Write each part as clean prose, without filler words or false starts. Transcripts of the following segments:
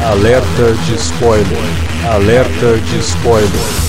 Alerta de spoiler. Alerta de spoiler.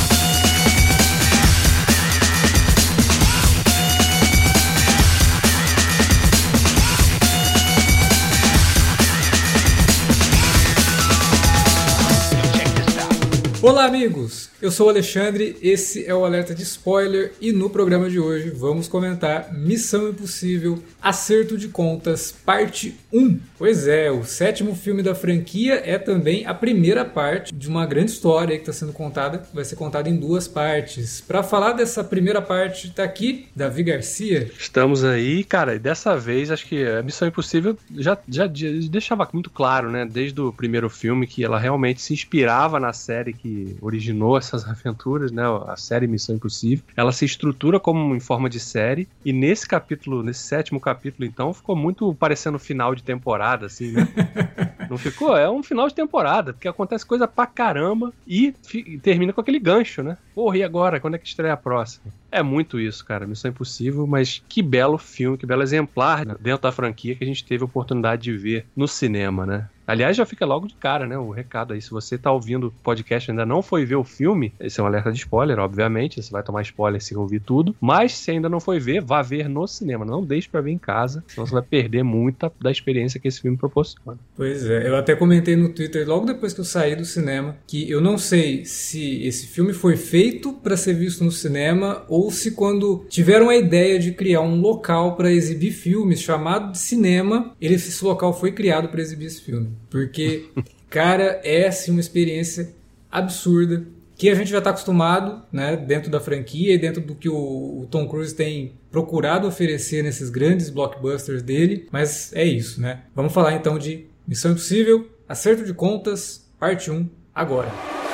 Olá amigos, eu sou o Alexandre, esse é o Alerta de Spoiler e no programa de hoje vamos comentar Missão Impossível Acerto de Contas, parte 1. Pois é, o 7º filme da franquia é também a primeira parte de uma grande história que está sendo contada, vai ser contada em 2 partes. Para falar dessa primeira parte, está aqui Davi Garcia. Estamos aí, cara, e dessa vez acho que a Missão Impossível já deixava muito claro, né, desde o primeiro filme, que ela realmente se inspirava na série que originou essas aventuras, né? A série Missão Impossível. Ela se estrutura como em forma de série e nesse capítulo, nesse 7º capítulo, então, ficou muito parecendo final de temporada, assim, né? Não ficou? É um final de temporada, porque acontece coisa pra caramba e termina com aquele gancho, né? Porra, e agora? Quando é que estreia a próxima? É muito isso, cara. Missão Impossível, mas que belo filme, que belo exemplar dentro da franquia que a gente teve a oportunidade de ver no cinema, né? Aliás, já fica logo de cara, né, o recado aí. Se você tá ouvindo o podcast e ainda não foi ver o filme, esse é um alerta de spoiler, obviamente. Você vai tomar spoiler se ouvir tudo. Mas se ainda não foi ver, vá ver no cinema. Não deixe pra ver em casa, senão você vai perder muita da experiência que esse filme proporciona. Pois é, eu até comentei no Twitter, logo depois que eu saí do cinema, que eu não sei se esse filme foi feito pra ser visto no cinema ou se quando tiveram a ideia de criar um local pra exibir filmes chamado de cinema, esse local foi criado pra exibir esse filme. Porque, cara, é assim uma experiência absurda que a gente já está acostumado, né, dentro da franquia e dentro do que o Tom Cruise tem procurado oferecer nesses grandes blockbusters dele, mas é isso, né? Vamos falar então de Missão Impossível, Acerto de Contas, parte 1, agora.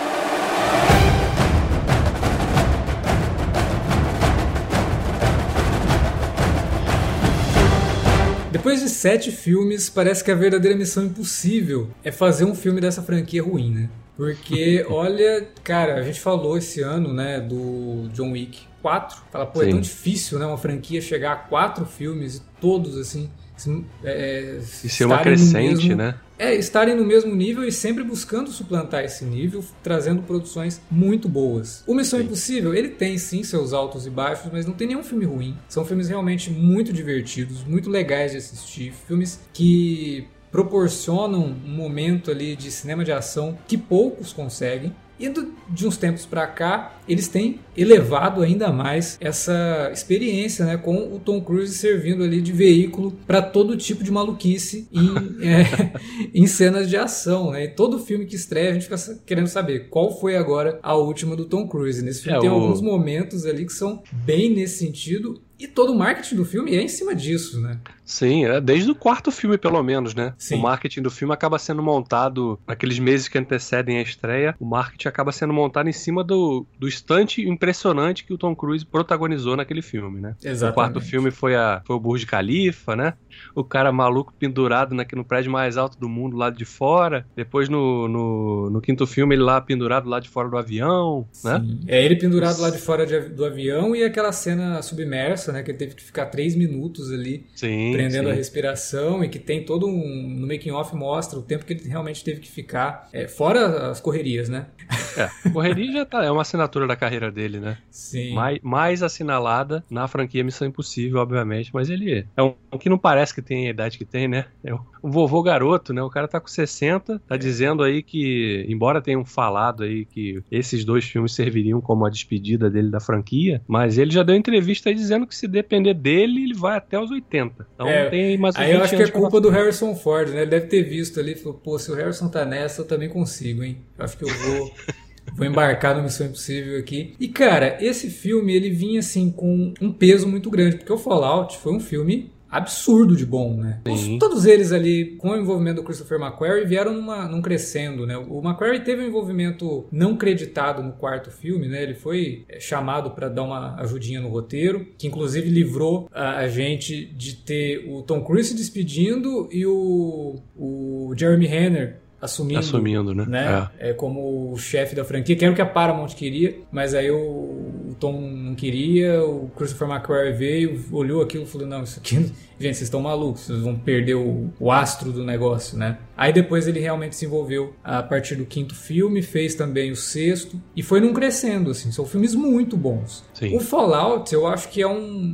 Depois de 7 filmes, parece que a verdadeira missão impossível é fazer um filme dessa franquia ruim, né? Porque, olha, cara, a gente falou esse ano, né, do John Wick 4. Fala, pô, é tão difícil, né, uma franquia chegar a 4 filmes e todos, assim... e ser uma crescente, né? Estarem no mesmo nível e sempre buscando suplantar esse nível, trazendo produções muito boas. O Missão Impossível, ele tem sim seus altos e baixos, mas não tem nenhum filme ruim. São filmes realmente muito divertidos, muito legais de assistir, filmes que proporcionam um momento ali de cinema de ação que poucos conseguem. E de uns tempos para cá, eles têm elevado ainda mais essa experiência, né, com o Tom Cruise servindo ali de veículo para todo tipo de maluquice em cenas de ação, né? E todo filme que estreia a gente fica querendo saber qual foi agora a última do Tom Cruise. Nesse filme tem alguns momentos ali que são bem nesse sentido. E todo o marketing do filme é em cima disso, né? Sim, desde o 4º filme, pelo menos, né? Sim. O marketing do filme acaba sendo montado naqueles meses que antecedem a estreia. O marketing acaba sendo montado em cima do instante impressionante que o Tom Cruise protagonizou naquele filme, né? Exatamente. O 4º filme foi o Burj Khalifa, né? O cara maluco pendurado no prédio mais alto do mundo, lá de fora. Depois, no 5º filme, ele lá pendurado lá de fora do avião, né? Sim. É ele pendurado lá de fora do avião e aquela cena submersa, né, que ele teve que ficar 3 minutos ali prendendo a respiração e que tem todo no making off mostra o tempo que ele realmente teve que ficar, fora as correrias, né? Correria já é uma assinatura da carreira dele, né? Sim. Mais assinalada na franquia Missão Impossível, obviamente, mas ele é um que não parece que tem a idade que tem, né? É um vovô garoto, né? O cara tá com 60, tá dizendo aí que, embora tenham falado aí que esses 2 filmes serviriam como a despedida dele da franquia, mas ele já deu entrevista aí dizendo que se depender dele, ele vai até os 80. Então tem mais uns 20 aí eu acho que é culpa do passar. Harrison Ford, né? Ele deve ter visto ali e falou, pô, se o Harrison tá nessa, eu também consigo, hein? Eu acho que eu vou embarcar no Missão Impossível aqui. E, cara, esse filme, ele vinha, assim, com um peso muito grande, porque o Fallout foi um filme absurdo de bom, né? Todos eles ali, com o envolvimento do Christopher McQuarrie, vieram num crescendo, né? O McQuarrie teve um envolvimento não creditado no 4º filme, né? Ele foi chamado para dar uma ajudinha no roteiro, que inclusive livrou a gente de ter o Tom Cruise se despedindo e o Jeremy Renner assumindo, né? É como o chefe da franquia, que era o que a Paramount queria, mas aí o Tom não queria, o Christopher McQuarrie veio, olhou aquilo e falou, não, isso aqui, gente, vocês estão malucos, vocês vão perder o astro do negócio, né? Aí depois ele realmente se envolveu a partir do 5º filme, fez também o 6º, e foi num crescendo, assim, são filmes muito bons. Sim. O Fallout, eu acho que é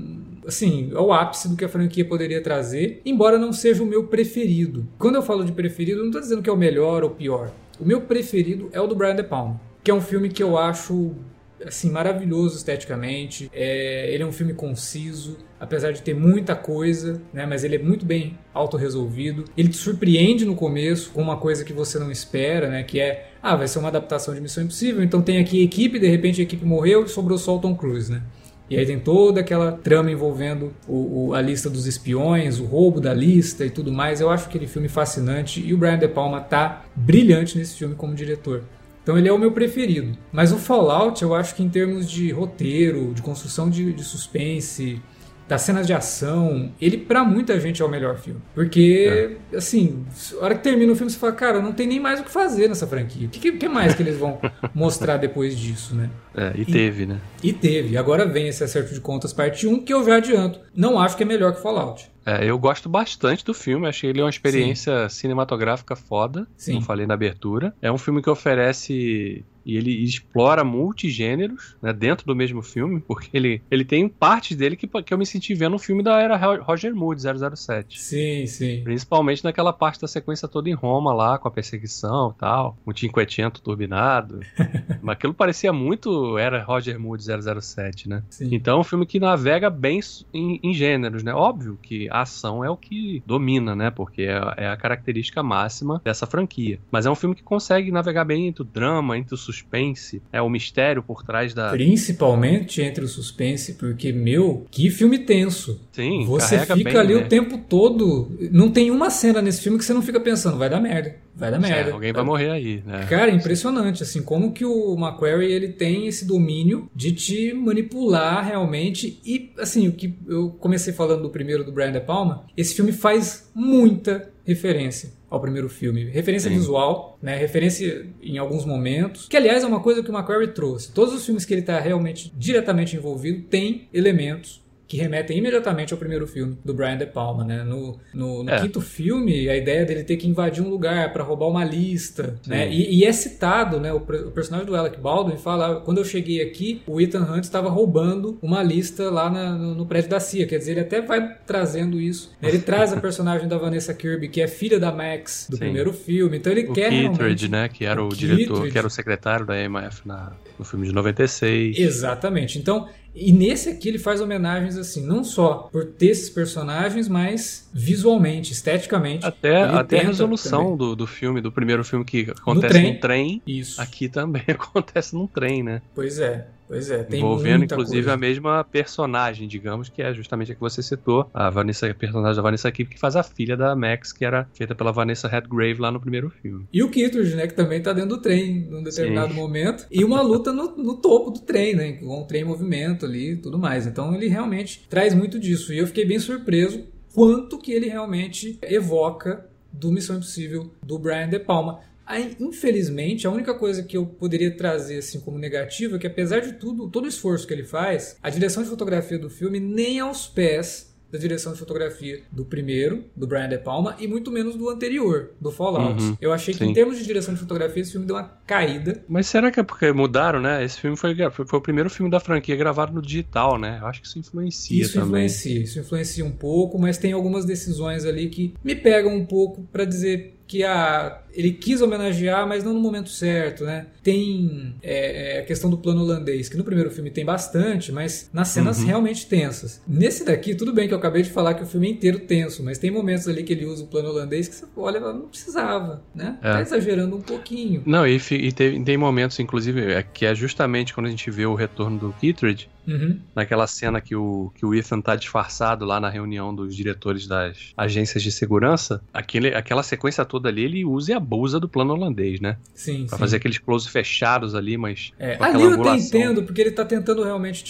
é o ápice do que a franquia poderia trazer, embora não seja o meu preferido. Quando eu falo de preferido, eu não estou dizendo que é o melhor ou pior. O meu preferido é o do Brian De Palma, que é um filme que eu acho assim, maravilhoso esteticamente. Ele é um filme conciso, apesar de ter muita coisa, né, mas ele é muito bem autorresolvido. Ele te surpreende no começo com uma coisa que você não espera, né, que vai ser uma adaptação de Missão Impossível, então tem aqui a equipe, de repente a equipe morreu e sobrou só o Tom Cruise, né? E aí tem toda aquela trama envolvendo a lista dos espiões, o roubo da lista e tudo mais. Eu acho aquele filme fascinante e o Brian De Palma tá brilhante nesse filme como diretor. Então ele é o meu preferido. Mas o Fallout, eu acho que em termos de roteiro, de construção de suspense, das cenas de ação, ele pra muita gente é o melhor filme. Porque, assim, a hora que termina o filme você fala, cara, não tem nem mais o que fazer nessa franquia. O que mais que eles vão mostrar depois disso, né? Teve, né? E teve. Agora vem esse Acerto de Contas parte 1, que eu já adianto. Não acho que é melhor que Fallout. Eu gosto bastante do filme, achei ele uma experiência cinematográfica foda, como falei na abertura. É um filme que oferece e ele explora multigêneros, né, dentro do mesmo filme, porque ele tem partes dele que eu me senti vendo um filme da era Roger Moore, 007. Sim, sim. Principalmente naquela parte da sequência toda em Roma lá, com a perseguição e tal, o Cinquecento turbinado. Mas aquilo parecia muito era Roger Moore, 007, né? Sim. Então é um filme que navega bem em gêneros, né? Óbvio que a ação é o que domina, né? Porque é a característica máxima dessa franquia. Mas é um filme que consegue navegar bem entre o drama, entre o suspense, o mistério por trás da... Principalmente entre o suspense, porque, que filme tenso. Sim, você fica bem, ali, né, o tempo todo. Não tem uma cena nesse filme que você não fica pensando, vai dar merda. Vai dar merda. Alguém vai morrer aí, né? Cara, é impressionante, assim, como que o McQuarrie, ele tem esse domínio de te manipular realmente. E, assim, o que eu comecei falando do primeiro, do Brian De Palma, esse filme faz muita referência ao primeiro filme. Referência visual, né? Referência em alguns momentos. Que, aliás, é uma coisa que o McQuarrie trouxe. Todos os filmes que ele está realmente, diretamente envolvido, têm elementos que remetem imediatamente ao primeiro filme do Brian De Palma, né? No 5º filme, a ideia dele ter que invadir um lugar para roubar uma lista, né? E é citado, né? O personagem do Alec Baldwin fala, quando eu cheguei aqui, o Ethan Hunt estava roubando uma lista lá no prédio da CIA, quer dizer, ele até vai trazendo isso, né? Ele traz a personagem da Vanessa Kirby, que é filha da Max do primeiro filme, então ele quer Kittredge, realmente... né? Que era o diretor, que era o secretário da EMF no filme de 96. Exatamente, então... E nesse aqui ele faz homenagens assim, não só por ter esses personagens, mas visualmente, esteticamente. Até a resolução do filme, do primeiro filme que acontece num trem. Isso. Aqui também acontece num trem, né? Pois é. Tem envolvendo, muita inclusive, coisa. A mesma personagem, digamos, que é justamente a que você citou, a personagem da Vanessa Kirby, que faz a filha da Max, que era feita pela Vanessa Redgrave lá no primeiro filme. E o Kittredge, né, que também tá dentro do trem num determinado momento. E uma luta no topo do trem, né, com o trem em movimento ali e tudo mais. Então ele realmente traz muito disso. E eu fiquei bem surpreso quanto que ele realmente evoca do Missão Impossível do Brian De Palma. Aí, infelizmente, a única coisa que eu poderia trazer assim como negativa é que, apesar de tudo, todo o esforço que ele faz, a direção de fotografia do filme nem aos pés da direção de fotografia do primeiro, do Brian De Palma, e muito menos do anterior, do Fallout. Eu achei que, em termos de direção de fotografia, esse filme deu uma caída. Mas será que é porque mudaram, né? Esse filme foi o primeiro filme da franquia gravado no digital, né? Eu acho que isso influencia também. Isso influencia um pouco, mas tem algumas decisões ali que me pegam um pouco para dizer que ele quis homenagear, mas não no momento certo, né? Tem a questão do plano holandês, que no primeiro filme tem bastante, mas nas cenas realmente tensas. Nesse daqui, tudo bem que eu acabei de falar que o filme é inteiro tenso, mas tem momentos ali que ele usa o plano holandês que você olha, não precisava, né? Tá exagerando um pouquinho. Não, e tem momentos, inclusive, que é justamente quando a gente vê o retorno do Kittredge, naquela cena que o Ethan tá disfarçado lá na reunião dos diretores das agências de segurança, aquela sequência toda ali, ele usa e abusa do plano holandês, né? Sim, pra fazer aqueles close fechados ali, mas com ali aquela eu até angulação. entendo, porque ele tá tentando realmente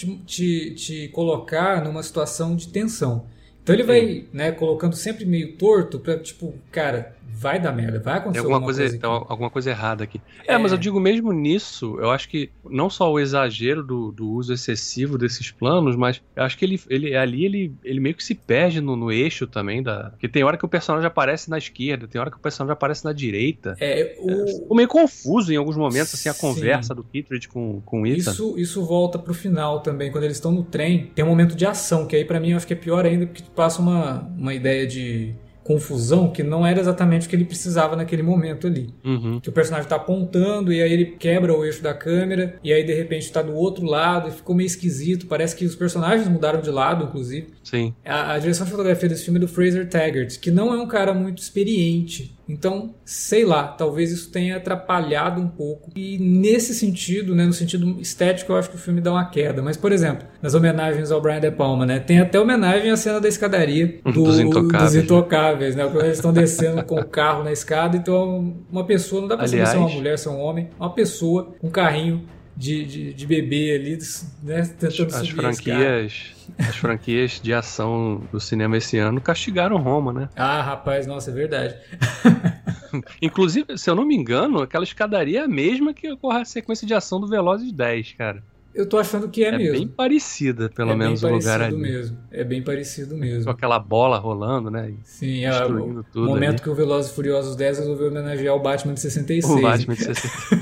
te colocar numa situação de tensão. Então ele vai, né, colocando sempre meio torto pra, tipo, cara, vai dar merda, vai acontecer Tem alguma coisa errada aqui. Mas eu digo mesmo nisso, eu acho que não só o exagero do uso excessivo desses planos, mas eu acho que ele meio que se perde no eixo também porque tem hora que o personagem aparece na esquerda, tem hora que o personagem aparece na direita. Ficou meio confuso em alguns momentos, assim, a conversa do Kittredge com o Ethan. Isso volta pro final também, quando eles estão no trem, tem um momento de ação, que aí pra mim eu acho que é pior ainda, porque passa uma ideia de confusão que não era exatamente o que ele precisava naquele momento ali. Uhum. Que o personagem tá apontando e aí ele quebra o eixo da câmera e aí de repente tá do outro lado e ficou meio esquisito. Parece que os personagens mudaram de lado, inclusive. Sim. A direção de fotografia desse filme é do Fraser Taggart, que não é um cara muito experiente. Então, sei lá, talvez isso tenha atrapalhado um pouco. E nesse sentido, né, no sentido estético, eu acho que o filme dá uma queda. Mas, por exemplo, nas homenagens ao Brian De Palma, né, tem até homenagem à cena da escadaria dos Intocáveis, né? Quando eles estão descendo com o carro na escada, então uma pessoa, não dá pra saber se é uma mulher, se é um homem, uma pessoa com um carrinho de bebê ali, né, tentando subir as franquias de ação do cinema esse ano castigaram Roma, né? Ah, rapaz, nossa, é verdade. Inclusive, se eu não me engano, aquela escadaria é a mesma que ocorre a sequência de ação do Velozes 10, cara. Eu tô achando que é mesmo. É bem parecida, pelo menos, o lugar ali. É bem parecido mesmo. Com aquela bola rolando, né? Sim, destruindo tudo. O momento ali. Que o Velozes e Furiosos 10 resolveu homenagear o Batman de 66. O Batman de 66.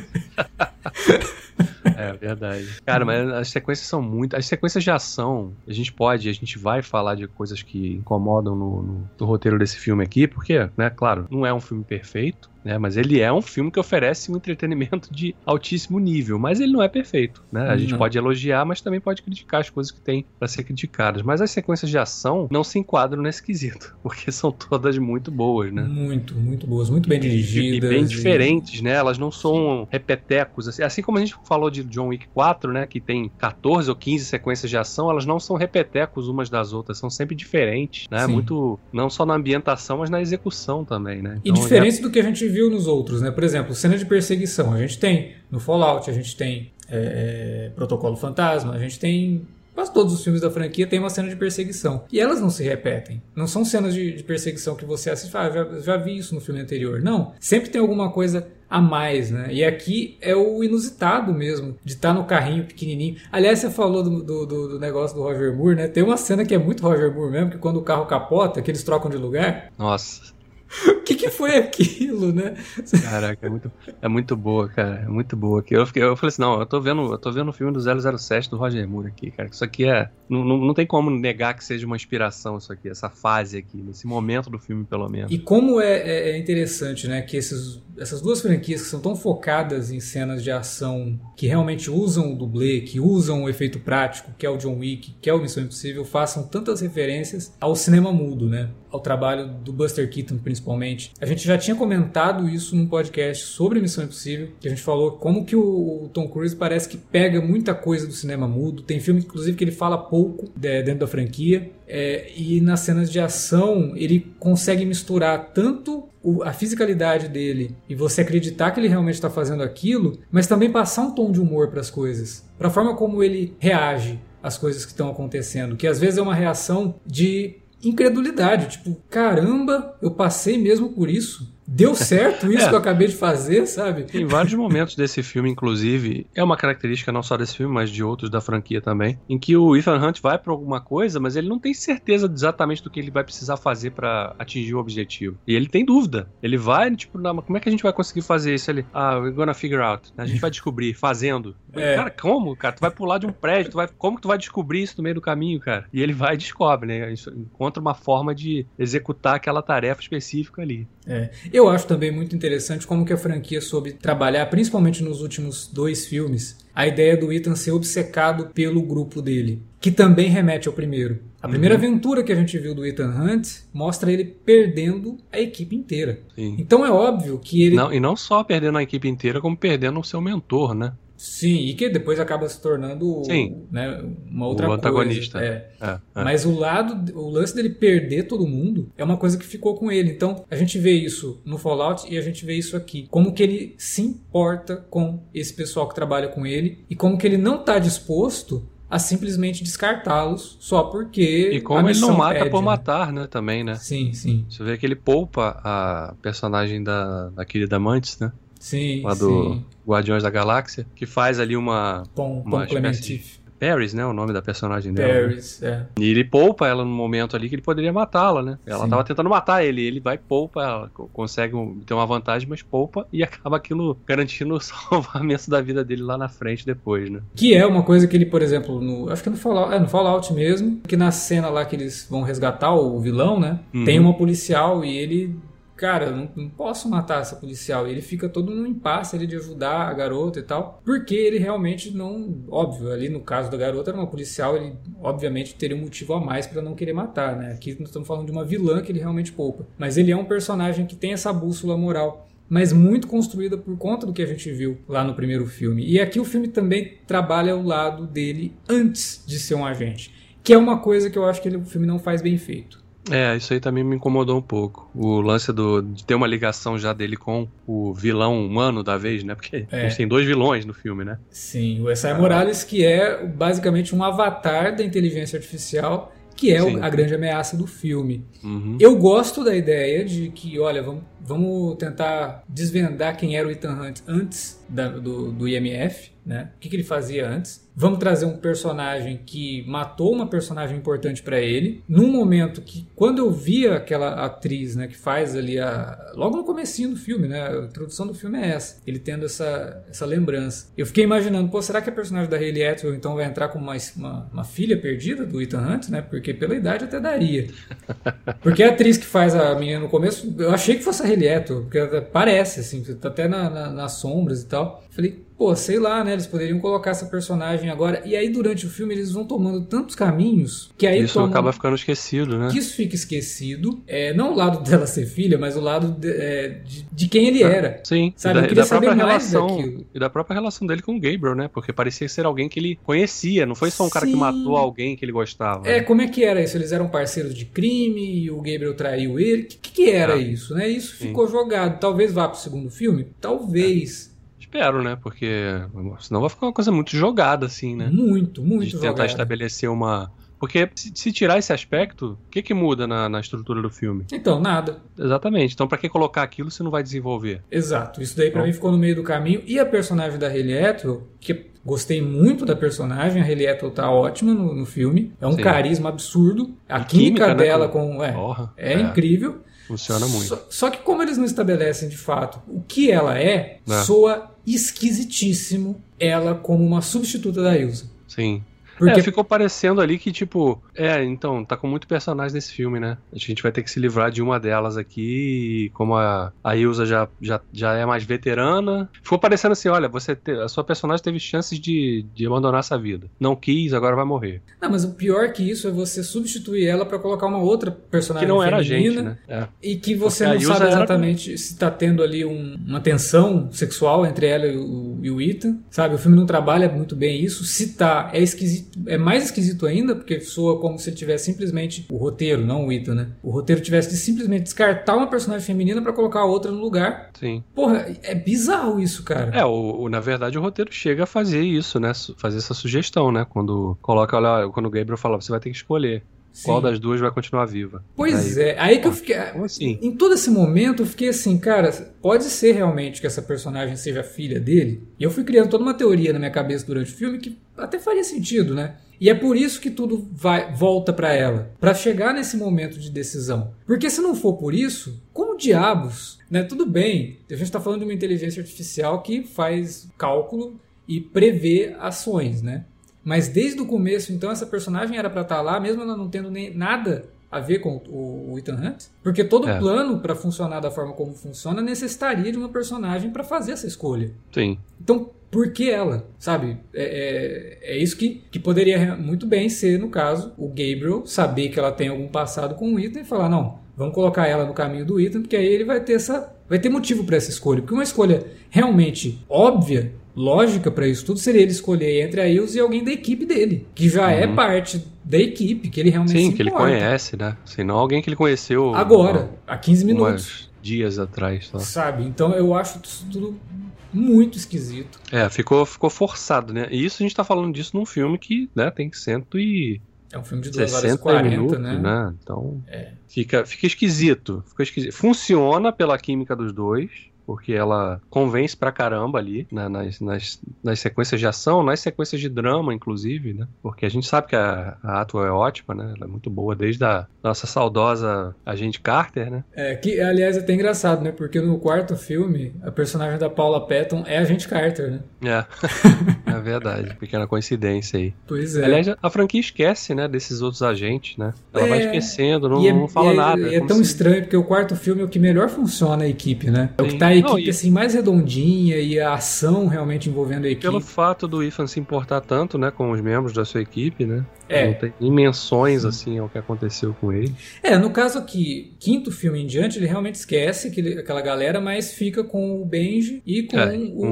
É verdade. Cara, mas as sequências são muito... As sequências de ação, a gente vai falar de coisas que incomodam no roteiro desse filme aqui, porque, né, claro, não é um filme perfeito, né, mas ele é um filme que oferece um entretenimento de altíssimo nível, mas ele não é perfeito, né? A gente pode elogiar, mas também pode criticar as coisas que tem para ser criticadas. Mas as sequências de ação não se enquadram nesse quesito, porque são todas muito boas, né? Muito, muito boas, muito bem dirigidas. E bem diferentes, né? Elas não são repetecos, assim como a gente falou de John Wick 4, né, que tem 14 ou 15 sequências de ação, elas não são repetecos umas das outras, são sempre diferentes, né? Muito, não só na ambientação, mas na execução também, né? Então, e diferente do que a gente viu nos outros, né? Por exemplo, cena de perseguição, a gente tem no Fallout, a gente tem Protocolo Fantasma, a gente tem... Quase todos os filmes da franquia tem uma cena de perseguição. E elas não se repetem. Não são cenas de perseguição que você assiste e fala, já vi isso no filme anterior. Não. Sempre tem alguma coisa a mais, né? E aqui é o inusitado mesmo, de estar no carrinho pequenininho. Aliás, você falou do negócio do Roger Moore, né? Tem uma cena que é muito Roger Moore mesmo, que quando o carro capota, que eles trocam de lugar. Nossa... O que foi aquilo, né? Caraca, é muito boa, cara. É muito boa aqui. Eu falei assim, não, eu tô vendo o filme do 007 do Roger Moore aqui, cara. Isso aqui não tem como negar que seja uma inspiração isso aqui, essa fase aqui, nesse momento do filme, pelo menos. E como é interessante, né, que essas duas franquias que são tão focadas em cenas de ação, que realmente usam o dublê, que usam o efeito prático, que é o John Wick, que é o Missão Impossível, façam tantas referências ao cinema mudo, né? Ao trabalho do Buster Keaton, principalmente. A gente já tinha comentado isso num podcast sobre Missão Impossível, que a gente falou como que o Tom Cruise parece que pega muita coisa do cinema mudo. Tem filme, inclusive, que ele fala pouco dentro da franquia. E nas cenas de ação, ele consegue misturar tanto a fisicalidade dele e você acreditar que ele realmente está fazendo aquilo, mas também passar um tom de humor para as coisas. Para a forma como ele reage às coisas que estão acontecendo. Que às vezes é uma reação de incredulidade, tipo, caramba, eu passei mesmo por isso. Deu certo isso que eu acabei de fazer, sabe? Em vários momentos desse filme, inclusive, é uma característica não só desse filme, mas de outros da franquia também, em que o Ethan Hunt vai pra alguma coisa, mas ele não tem certeza exatamente do que ele vai precisar fazer pra atingir o objetivo. E ele tem dúvida. Ele vai, tipo, como é que a gente vai conseguir fazer isso? Ele, we're gonna figure out. A gente vai descobrir, fazendo. Cara, como, cara? Tu vai pular de um prédio, como que tu vai descobrir isso no meio do caminho, cara? E ele vai e descobre, né? Encontra uma forma de executar aquela tarefa específica ali. Eu acho também muito interessante como que a franquia soube trabalhar, principalmente nos últimos 2 filmes, a ideia do Ethan ser obcecado pelo grupo dele, que também remete ao primeiro. A primeira aventura que a gente viu do Ethan Hunt mostra ele perdendo a equipe inteira. Sim. Então é óbvio que ele... E não só perdendo a equipe inteira, como perdendo o seu mentor, né? Sim, e que depois acaba se tornando, né, uma outra coisa. O antagonista. Mas o lance dele perder todo mundo é uma coisa que ficou com ele. Então, a gente vê isso no Fallout e a gente vê isso aqui. Como que ele se importa com esse pessoal que trabalha com ele e como que ele não está disposto a simplesmente descartá-los só porque E como ele não mata por matar, né, também, né? Sim, sim. Você vê que ele poupa a personagem da querida Mantis, né? Sim, lá do Guardiões da Galáxia, que faz ali uma Clementif. Paris, né? O nome da personagem dela. Paris, né? E ele poupa ela no momento ali que ele poderia matá-la, né? Ela tava tentando matar ele vai poupa ela, consegue ter uma vantagem, mas poupa e acaba aquilo garantindo o salvamento da vida dele lá na frente depois, né? Que é uma coisa que ele, por exemplo, acho que no Fallout mesmo, que na cena lá que eles vão resgatar o vilão, né? Tem uma policial e ele... Cara, eu não posso matar essa policial. E ele fica todo num impasse ali de ajudar a garota e tal. Porque ele realmente não... Óbvio, ali no caso da garota era uma policial, ele obviamente teria um motivo a mais pra não querer matar, né? Aqui nós estamos falando de uma vilã que ele realmente poupa. Mas ele é um personagem que tem essa bússola moral, mas muito construída por conta do que a gente viu lá no primeiro filme. E aqui o filme também trabalha o lado dele antes de ser um agente. Que é uma coisa que eu acho que o filme não faz bem feito. Isso aí também me incomodou um pouco. O lance de ter uma ligação já dele com o vilão humano da vez, né? Porque a gente tem 2 vilões no filme, né? Sim, o Esai Morales, que é basicamente um avatar da inteligência artificial, que é a grande ameaça do filme. Eu gosto da ideia de que, olha, vamos tentar desvendar quem era o Ethan Hunt antes do IMF, né? O que ele fazia antes. Vamos trazer um personagem que matou uma personagem importante pra ele, num momento que, quando eu via aquela atriz, né, que faz ali logo no comecinho do filme, né, a introdução do filme é essa, ele tendo essa lembrança. Eu fiquei imaginando, será que a personagem da Hayley Atwell então vai entrar como uma filha perdida do Ethan Hunt, né, porque pela idade até daria. Porque a atriz que faz a menina no começo, eu achei que fosse a Hayley Atwell, porque ela parece, assim, tá até nas sombras e tal. Falei, sei lá, né? Eles poderiam colocar essa personagem agora. E aí, durante o filme, eles vão tomando tantos caminhos que aí isso acaba ficando esquecido, né? Que isso fica esquecido. Não o lado dela ser filha, mas o lado de quem ele era. Sim. Sabe? Eu queria saber mais daquilo. E da própria relação dele com o Gabriel, né? Porque parecia ser alguém que ele conhecia. Não foi só um cara que matou alguém que ele gostava. Né? Como é que era isso? Eles eram parceiros de crime e o Gabriel traiu ele. O que era isso, né? Isso ficou jogado. Talvez vá pro segundo filme? Talvez. Espero, né? Porque senão vai ficar uma coisa muito jogada, assim, né? Muito de tentar jogada. estabelecer uma... Porque se tirar esse aspecto, o que muda na estrutura do filme? Então, nada. Exatamente. Então, pra que colocar aquilo se não vai desenvolver? Exato. Isso daí pra mim ficou no meio do caminho. E a personagem da Hayley Atwell, que gostei muito da personagem, a Hayley Atwell tá ótima no filme. É um carisma absurdo. A química dela é incrível. Funciona muito. Só que como eles não estabelecem de fato o que ela soa esquisitíssimo ela como uma substituta da Ilsa. Sim. Porque ficou parecendo ali que, tipo... então, tá com muito personagem nesse filme, né? A gente vai ter que se livrar de uma delas aqui, e como a Ilsa já é mais veterana... Ficou parecendo assim, olha, a sua personagem teve chances de abandonar essa vida. Não quis, agora vai morrer. Não, mas o pior que isso é você substituir ela pra colocar uma outra personagem que não feminina, era a gente, né? E que você não sabe exatamente se tá tendo ali uma tensão sexual entre ela e o Ethan, sabe? O filme não trabalha muito bem isso. Se tá, é esquisito. É mais esquisito ainda, porque soa como se ele tivesse simplesmente... O roteiro, não o Ethan, né? O roteiro tivesse de simplesmente descartar uma personagem feminina pra colocar a outra no lugar. Sim. Porra, é bizarro isso, cara. Na verdade, o roteiro chega a fazer isso, né? Fazer essa sugestão, né? Quando coloca, olha, quando o Gabriel fala, você vai ter que escolher. Sim. Qual das duas vai continuar viva? Pois aí que eu fiquei... Como assim? Em todo esse momento eu fiquei assim, cara, pode ser realmente que essa personagem seja filha dele? E eu fui criando toda uma teoria na minha cabeça durante o filme que até faria sentido, né? E é por isso que tudo volta pra ela, pra chegar nesse momento de decisão. Porque se não for por isso, como diabos, né? Tudo bem, a gente tá falando de uma inteligência artificial que faz cálculo e prevê ações, né? Mas desde o começo, então, essa personagem era pra estar lá, mesmo ela não tendo nem nada a ver com o Ethan Hunt. Porque todo plano, pra funcionar da forma como funciona, necessitaria de uma personagem pra fazer essa escolha. Sim. Então, por que ela? Sabe? É isso que poderia muito bem ser, no caso, o Gabriel saber que ela tem algum passado com o Ethan e falar, não, vamos colocar ela no caminho do Ethan, porque aí ele vai ter motivo pra essa escolha. Porque uma escolha realmente óbvia, lógica pra isso tudo, seria ele escolher entre a Ilse e alguém da equipe dele, que já é parte da equipe, que ele realmente se importa. Sim, que ele conhece, né? Se não alguém que ele conheceu... Agora, há 15 minutos. Dias atrás. Só. Sabe? Então eu acho isso tudo muito esquisito. Ficou forçado, né? E isso a gente tá falando disso num filme que, né, tem 100 e... É um filme de 2 horas e 40, minutos, né? Então, fica esquisito. Funciona pela química dos dois, porque ela convence pra caramba ali, né, nas sequências de ação, nas sequências de drama, inclusive, né? Porque a gente sabe que a Atwell é ótima, né? Ela é muito boa desde a nossa saudosa Agente Carter, né? Que, aliás, é até engraçado, né? Porque no quarto filme, a personagem da Paula Patton é a Agente Carter, né? É verdade. Pequena coincidência aí. Pois é. Aliás, a franquia esquece, né, desses outros agentes, né? Ela vai esquecendo, não fala nada. É tão estranho, porque o quarto filme é o que melhor funciona a equipe, né? É o que tá a equipe assim mais redondinha e a ação realmente envolvendo a equipe. Pelo fato do Ethan se importar tanto, né, com os membros da sua equipe, né? Não tem dimensões assim ao que aconteceu com ele. No caso aqui, quinto filme em diante, ele realmente esquece aquela galera, mas fica com o Benji e com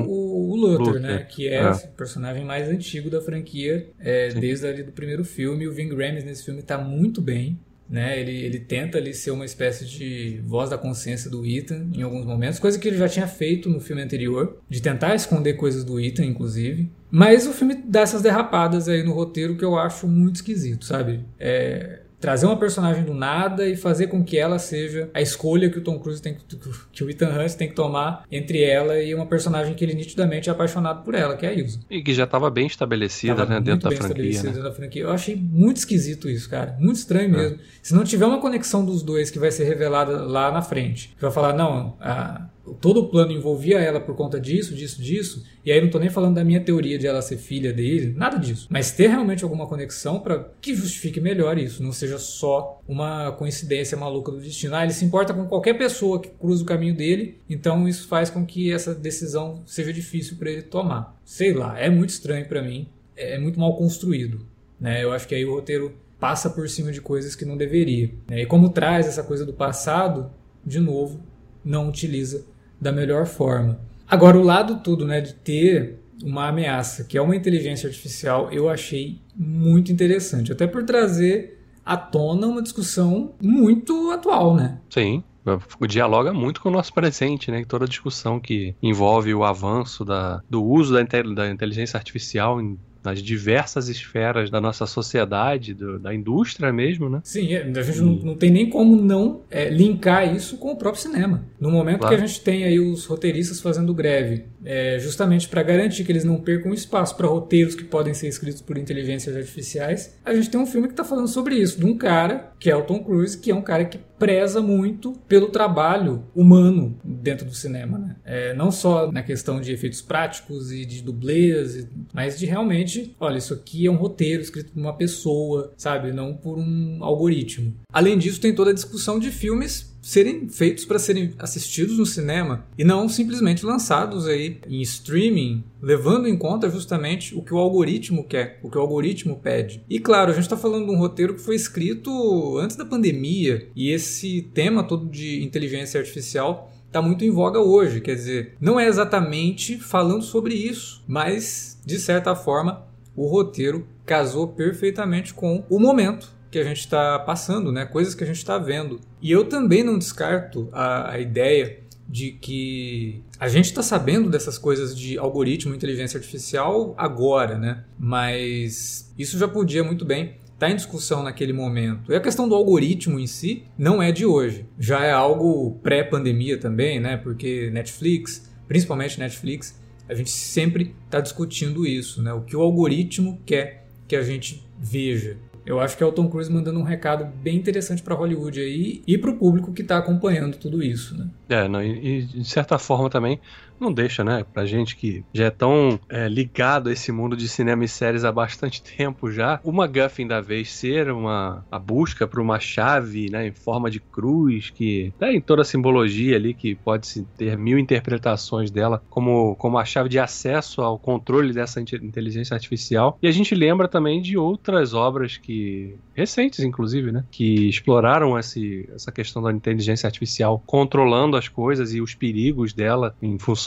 o Luther, né? Que é o personagem mais antigo da franquia, desde ali do primeiro filme. O Ving Rhames nesse filme tá muito bem. Né, ele tenta ali ser uma espécie de voz da consciência do Ethan em alguns momentos, coisa que ele já tinha feito no filme anterior, de tentar esconder coisas do Ethan, inclusive. Mas o filme dá essas derrapadas aí no roteiro que eu acho muito esquisito, sabe? Trazer uma personagem do nada e fazer com que ela seja a escolha que o Tom Cruise que o Ethan Hunt tem que tomar entre ela e uma personagem que ele nitidamente é apaixonado por ela, que é a Ilsa. E que já estava bem estabelecida, né, dentro da franquia. Né? Da franquia. Eu achei muito esquisito isso, cara. Muito estranho mesmo. Se não tiver uma conexão dos dois que vai ser revelada lá na frente, que vai falar, não, todo o plano envolvia ela por conta disso, e aí não tô nem falando da minha teoria de ela ser filha dele, nada disso. Mas ter realmente alguma conexão para que justifique melhor isso, não seja só uma coincidência maluca do destino. Ele se importa com qualquer pessoa que cruza o caminho dele, então isso faz com que essa decisão seja difícil para ele tomar. Sei lá, é muito estranho para mim, é muito mal construído, né? Eu acho que aí o roteiro passa por cima de coisas que não deveria, né? E como traz essa coisa do passado, de novo, não utiliza da melhor forma. Agora, o lado todo, né, de ter uma ameaça, que é uma inteligência artificial, eu achei muito interessante. Até por trazer à tona uma discussão muito atual, né? Sim. Dialoga muito com o nosso presente, né? Toda a discussão que envolve o avanço do uso da inteligência artificial nas diversas esferas da nossa sociedade, da indústria mesmo, né? Sim, a gente não tem nem como não linkar isso com o próprio cinema. No momento que a gente tem aí os roteiristas fazendo greve, justamente para garantir que eles não percam espaço para roteiros que podem ser escritos por inteligências artificiais, a gente tem um filme que está falando sobre isso, de um cara, que é o Tom Cruise, que é um cara que preza muito pelo trabalho humano dentro do cinema, né? Não só na questão de efeitos práticos e de dublês, mas de realmente, olha, isso aqui é um roteiro escrito por uma pessoa, sabe? Não por um algoritmo. Além disso, tem toda a discussão de filmes serem feitos para serem assistidos no cinema e não simplesmente lançados aí em streaming, levando em conta justamente o que o algoritmo quer, o que o algoritmo pede. E claro, a gente está falando de um roteiro que foi escrito antes da pandemia, e esse tema todo de inteligência artificial está muito em voga hoje, quer dizer, não é exatamente falando sobre isso, mas de certa forma o roteiro casou perfeitamente com o momento que a gente está passando, né? Coisas que a gente está vendo. E eu também não descarto a ideia de que a gente está sabendo dessas coisas de algoritmo e inteligência artificial agora, né? Mas isso já podia muito bem estar em discussão naquele momento. E a questão do algoritmo em si não é de hoje. Já é algo pré-pandemia também, né? Porque Netflix, principalmente Netflix, a gente sempre está discutindo isso, né? O que o algoritmo quer que a gente veja. Eu acho que é o Tom Cruise mandando um recado bem interessante para Hollywood aí e para o público que está acompanhando tudo isso, né? E de certa forma também não deixa, né, pra gente que já é tão ligado a esse mundo de cinema e séries há bastante tempo já, o MacGuffin da vez ser a busca por uma chave, né, em forma de cruz, que tem toda a simbologia ali, que pode ter mil interpretações dela, como a chave de acesso ao controle dessa inteligência artificial. E a gente lembra também de outras obras recentes, inclusive, né, que exploraram essa questão da inteligência artificial controlando as coisas e os perigos dela em função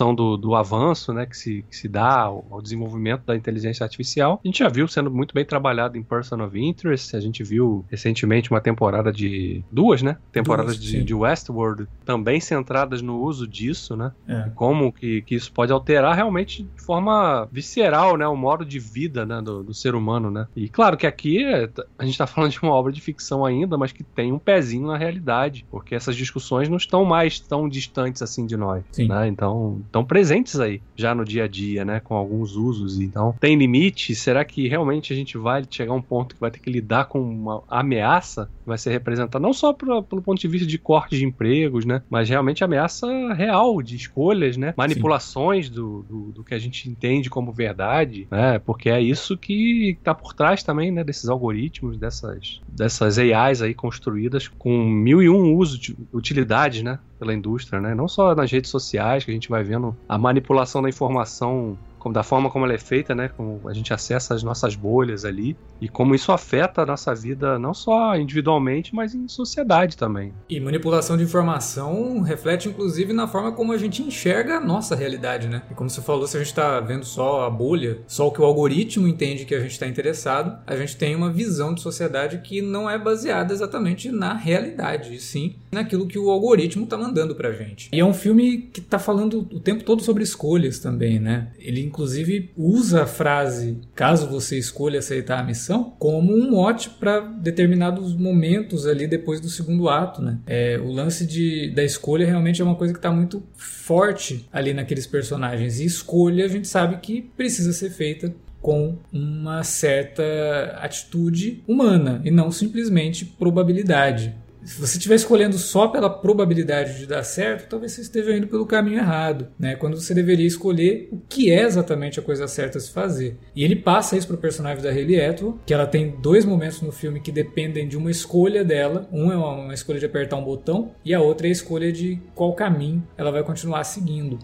função do avanço, né, que se dá ao desenvolvimento da inteligência artificial. A gente já viu sendo muito bem trabalhado em Person of Interest, a gente viu recentemente uma temporada duas temporadas de Westworld também centradas no uso disso, né, como que isso pode alterar realmente de forma visceral, né, o modo de vida, né, do ser humano, né. E claro que aqui a gente tá falando de uma obra de ficção ainda, mas que tem um pezinho na realidade, porque essas discussões não estão mais tão distantes assim de nós, né? Então, estão presentes aí, já no dia a dia, né? Com alguns usos. Então, tem limite? Será que realmente a gente vai chegar a um ponto que vai ter que lidar com uma ameaça que vai ser representada não só pelo ponto de vista de corte de empregos, né? Mas realmente ameaça real de escolhas, né? Manipulações do que a gente entende como verdade, né? Porque é isso que tá por trás também, né? Desses algoritmos, dessas AIs aí construídas com 1001 utilidades, né, pela indústria, né, não só nas redes sociais, que a gente vai vendo a manipulação da informação da forma como ela é feita, né, como a gente acessa as nossas bolhas ali, e como isso afeta a nossa vida, não só individualmente, mas em sociedade também. E manipulação de informação reflete, inclusive, na forma como a gente enxerga a nossa realidade, né? E como você falou, se a gente está vendo só a bolha, só o que o algoritmo entende que a gente está interessado, a gente tem uma visão de sociedade que não é baseada exatamente na realidade, e sim naquilo que o algoritmo está mandando pra gente. E é um filme que está falando o tempo todo sobre escolhas também, né? Ele inclusive usa a frase "caso você escolha aceitar a missão" como um mote para determinados momentos ali depois do segundo ato, né? O lance da escolha realmente é uma coisa que está muito forte ali naqueles personagens, e escolha a gente sabe que precisa ser feita com uma certa atitude humana e não simplesmente probabilidade. Se você estiver escolhendo só pela probabilidade de dar certo, talvez você esteja indo pelo caminho errado, né? Quando você deveria escolher o que é exatamente a coisa certa a se fazer. E ele passa isso para o personagem da Hayley Atwell, que ela tem 2 momentos no filme que dependem de uma escolha dela. Um é uma escolha de apertar um botão e a outra é a escolha de qual caminho ela vai continuar seguindo.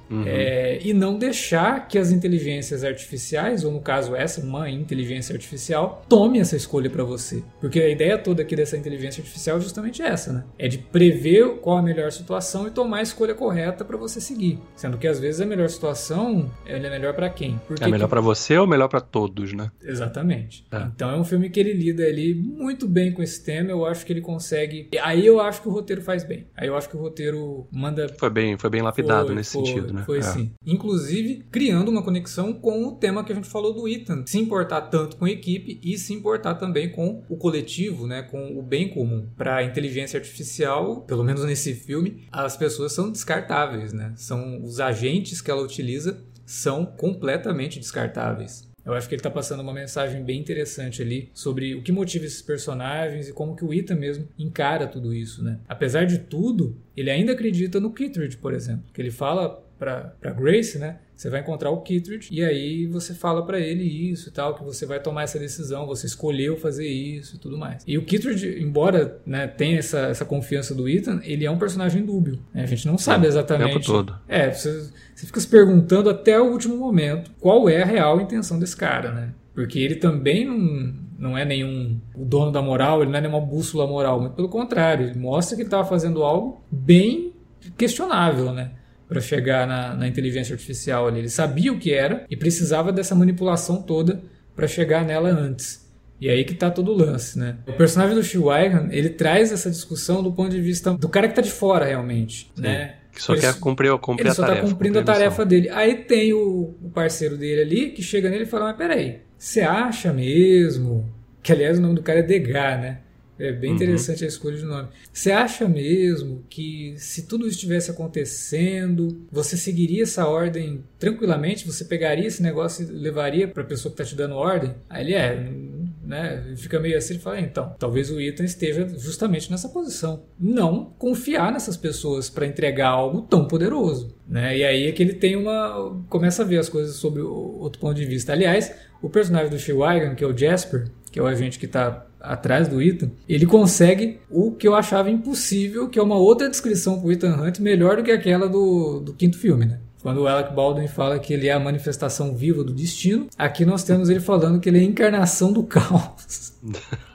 E não deixar que as inteligências artificiais, ou no caso uma inteligência artificial, tome essa escolha para você. Porque a ideia toda aqui dessa inteligência artificial é justamente essa, né? É de prever qual a melhor situação e tomar a escolha correta para você seguir. Sendo que às vezes a melhor situação é melhor para quem? É melhor para você ou melhor para todos, né? Exatamente. Então é um filme que ele lida ali muito bem com esse tema. Eu acho que ele consegue. Aí eu acho que o roteiro faz bem. Aí eu acho que o roteiro manda. Foi bem lapidado nesse sentido, né? Foi sim. Inclusive criando uma conexão com o tema que a gente falou do Ethan. Se importar tanto com a equipe e se importar também com o coletivo, né? Com o bem comum. Para a inteligência artificial, pelo menos nesse filme, as pessoas são descartáveis, né? São os agentes que ela utiliza são completamente descartáveis. Eu acho que ele está passando uma mensagem bem interessante ali sobre o que motiva esses personagens e como que o Ethan mesmo encara tudo isso, né? Apesar de tudo, ele ainda acredita no Kittredge, por exemplo, que ele fala para Grace, né? Você vai encontrar o Kittredge e aí você fala pra ele isso e tal, que você vai tomar essa decisão, você escolheu fazer isso e tudo mais. E o Kittredge, embora, né, tenha essa confiança do Ethan, ele é um personagem dúbio, né? A gente não sabe exatamente. O tempo todo. Você fica se perguntando até o último momento qual é a real intenção desse cara, né? Porque ele também não é o dono da moral, ele não é nenhuma bússola moral, muito pelo contrário, ele mostra que ele estava fazendo algo bem questionável, né? Para chegar na inteligência artificial ali. Ele sabia o que era e precisava dessa manipulação toda para chegar nela antes. E aí que tá todo o lance, né? O personagem do Schweighöfer, ele traz essa discussão do ponto de vista do cara que tá de fora realmente, sim, né? Que só quer cumprir a tarefa. Ele só tá cumprindo a tarefa dele. Aí tem o parceiro dele ali que chega nele e fala: mas peraí, você acha mesmo? Que aliás o nome do cara é Degas, né? É bem interessante a escolha de nome. Você acha mesmo que se tudo isso estivesse acontecendo, você seguiria essa ordem tranquilamente? Você pegaria esse negócio e levaria para a pessoa que está te dando ordem? Aí ele né? Ele fica meio assim e fala: então, talvez o Ethan esteja justamente nessa posição. Não confiar nessas pessoas para entregar algo tão poderoso, né? E aí é que ele começa a ver as coisas sob outro ponto de vista. Aliás, o personagem do Schweighöfer, que é o Jasper, que é o agente que está atrás do Ethan, ele consegue o que eu achava impossível, que é uma outra descrição pro Ethan Hunt melhor do que aquela do quinto filme, né? Quando o Alec Baldwin fala que ele é a manifestação viva do destino, aqui nós temos ele falando que ele é a encarnação do caos.